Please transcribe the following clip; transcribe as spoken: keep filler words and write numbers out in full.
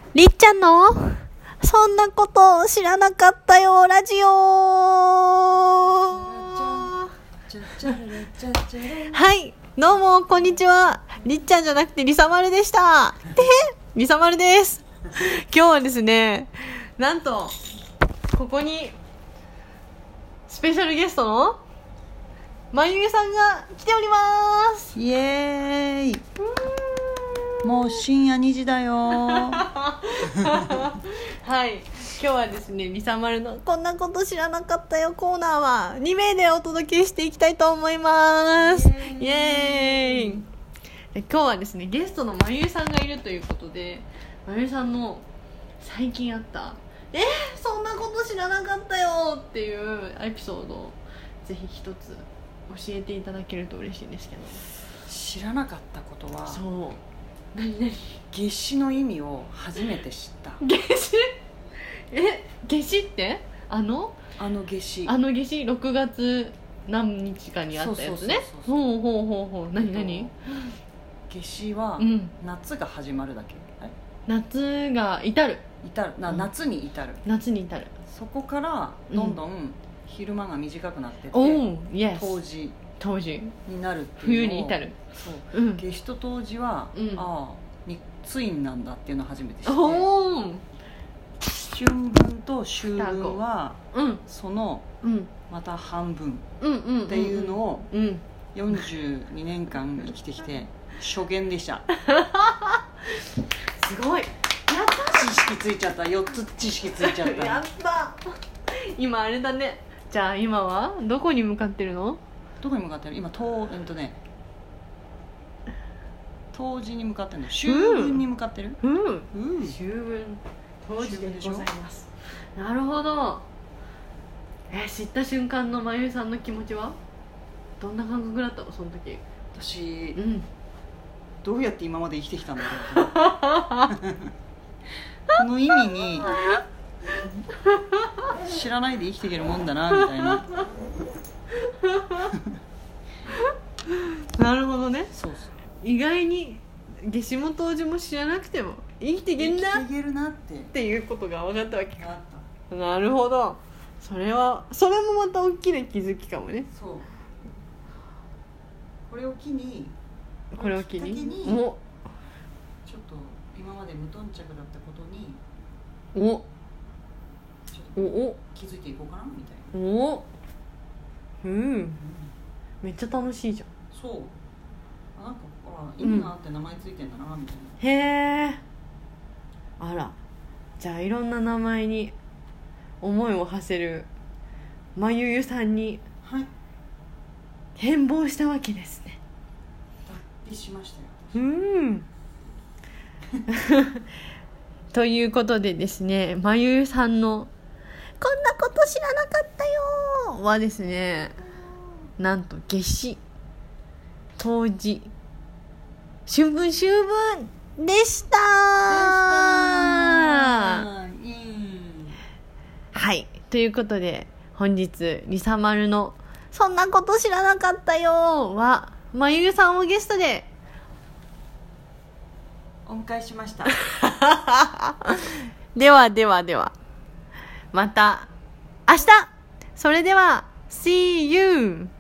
りっちゃんのそんなこと知らなかったよラジオ。はいどうもこんにちは。りっちゃんじゃなくてりさまるでした。てへりさまるです。今日はですね、なんとここにスペシャルゲストのまゆゆさんが来ております。 イエーイ。もう深夜にじだよはい、今日はですね、りさまるのこんなこと知らなかったよコーナーはにめいでお届けしていきたいと思います。イエーイ。で今日はですね、ゲストのまゆゆさんがいるということで、まゆゆさんの最近あったえー、そんなこと知らなかったよっていうエピソードをぜひ一つ教えていただけると嬉しいんですけど。 知らなかったことは、 そう何何夏至の意味を初めて知った。 夏至え夏至ってあのあの夏至あの夏至ろくがつ何日かにあったやつね。ほうほうほうほう。何何夏至は、 うん、 夏が始まるだけ。 夏が至る至るな、うん、夏に至る夏に至る。 そこからどんどん昼間が短くなってって、 うん、yes、 冬至冬至になるっていう冬に至る。 そう、うん、夏至と冬至は、うん、ああにツインなんだっていうのを初めて知って、 お春分と秋分は、うん、その、うん、また半分っていうのをよんじゅうにねんかん生きてきて初見でしたすごい、やった知識ついちゃった。よっつ知識ついちゃったやった今あれだね。じゃあ今はどこに向かってるの？ どこに向かってる今、とえっとね冬至に向かってるの。秋分に向かってる。 うん、うん、秋分冬至でございます。なるほど。え知った瞬間のまゆみさんの気持ちはどんな感覚だったのその時？ 私、 うん、 どうやって今まで生きてきたんだろうこの意味に知らないで生きていけるもんだなみたいななるほどね。 そうそう、 意外に夏至も冬至も知らなくても生きていけるな生きていけるなってっていうことが分かったわけか。 あった。 なるほど。それはそれもまた大きな気づきかもね。 そう、これを機にこれを機にもうちょっと今まで無頓着だったことにおちょっと気づいていこうかなみたいな。 おうん、うん、めっちゃ楽しいじゃん。 そう、なんかほら意味があって名前ついてんだなみたいな、 うん、へえ。あら、じゃあいろんな名前に思いを馳せるまゆゆさんに変貌したわけですね。 脱皮しましたよ。 うんということでですね、まゆゆさんのこんなこと知らなかったよはですね、なんと夏至、冬至、春分秋分でしたはい、ということで本日りさまるのそんなこと知らなかったよはまゆゆさんをゲストでお迎えしましたではではではまた明日。それでは See you